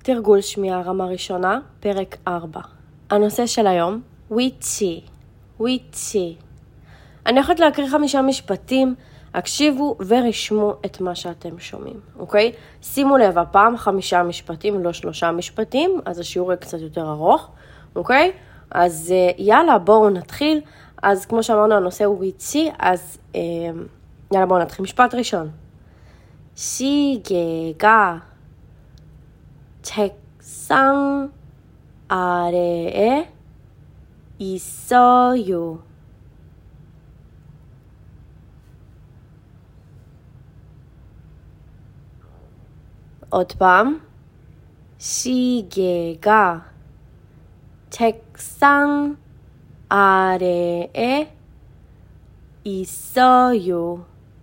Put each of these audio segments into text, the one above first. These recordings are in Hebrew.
תרגול שמיעה רמה ראשונה, פרק 4. הנושא של היום, ויצ'י. אני הולכת להקריא 5 משפטים, הקשיבו ורשמו את מה שאתם שומעים, אוקיי? שימו לב, הפעם 5 משפטים, לא 3 משפטים, אז השיעור יהיה קצת יותר ארוך, אוקיי? אז יאללה, בואו נתחיל. אז כמו שאמרנו, הנושא הוא ויצ'י, אז יאללה, בואו נתחיל. משפט ראשון. 시계가 책상 아래에 있어요. עוד פעם. 시계가 책상 아래에 있어요.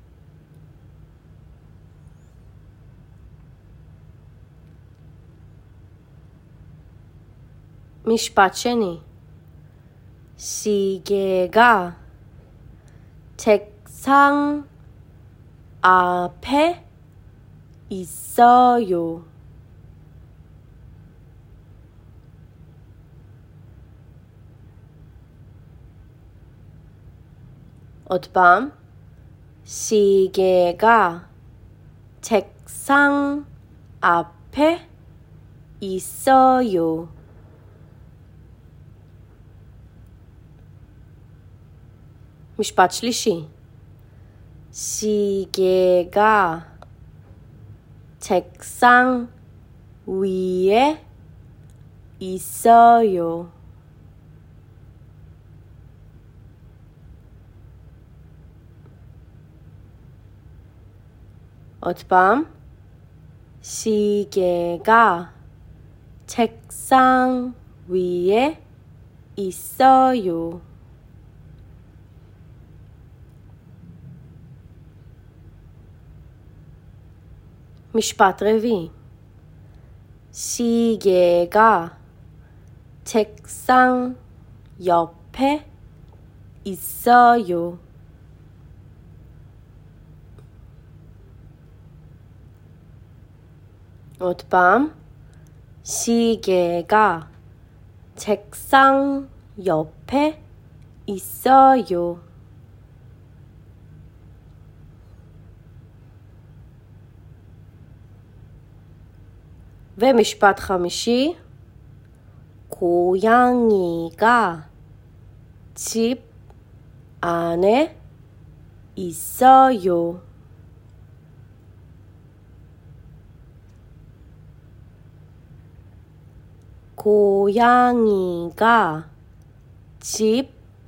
משפט שני. 시계가 책상 앞에 있어요. עוד פעם. 시계가 책상 앞에 있어요. משפט שלישי. 시계가 책상 위에 있어요. עוד פעם. 시계가 책상 위에 있어요. משפט רביעי. 시계가 책상 옆에 있어요. עוד פעם. 시계가 책상 옆에 있어요. ומשפט חמישי. 고양이가 집 안에 있어요. 고양이가 집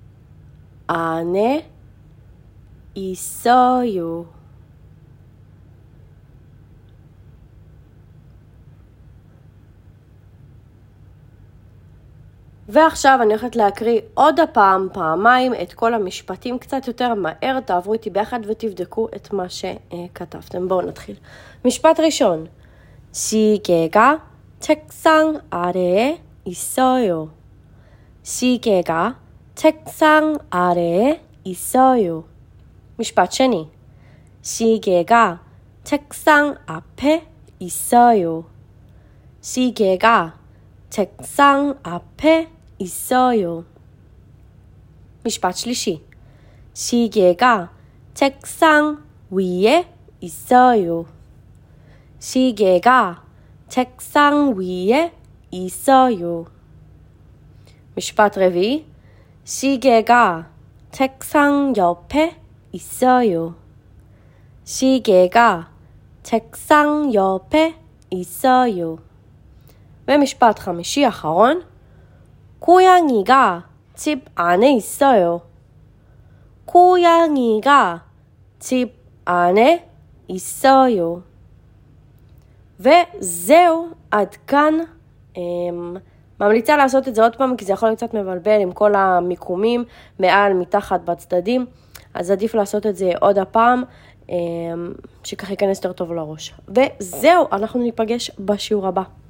안에 있어요. ועכשיו אני הולכת להקריא עוד הפעם, פעמיים, את כל המשפטים קצת יותר מהר. תעברו איתי ביחד ותבדקו את מה שכתבתם. בואו נתחיל. משפט ראשון. 시계가 책상 아래에 있어요. 시계가 책상 아래에 있어요. משפט שני. 시계가 책상 앞에 있어요. 시계가 책상 앞에 있어요. משפט שלישי. 시계가 책상 위에 있어요. 시계가 책상 위에 있어요. משפט רביעי. 시계가 책상 옆에 있어요. 시계가 책상 옆에 있어요. ומשפט חמישי אחרון. 고양이가 집 안에 있어요. 고양이가 집 안에 있어요. וזהו, עד כאן. ממליצה לעשות את זה עוד פעם, כי זה יכול להיות קצת מבלבל עם כל המיקומים, מעל, מתחת, בצדדים. אז עדיף לעשות את זה עוד הפעם, שכך ייכנס יותר טוב לראש. וזהו, אנחנו ניפגש בשיעור הבא.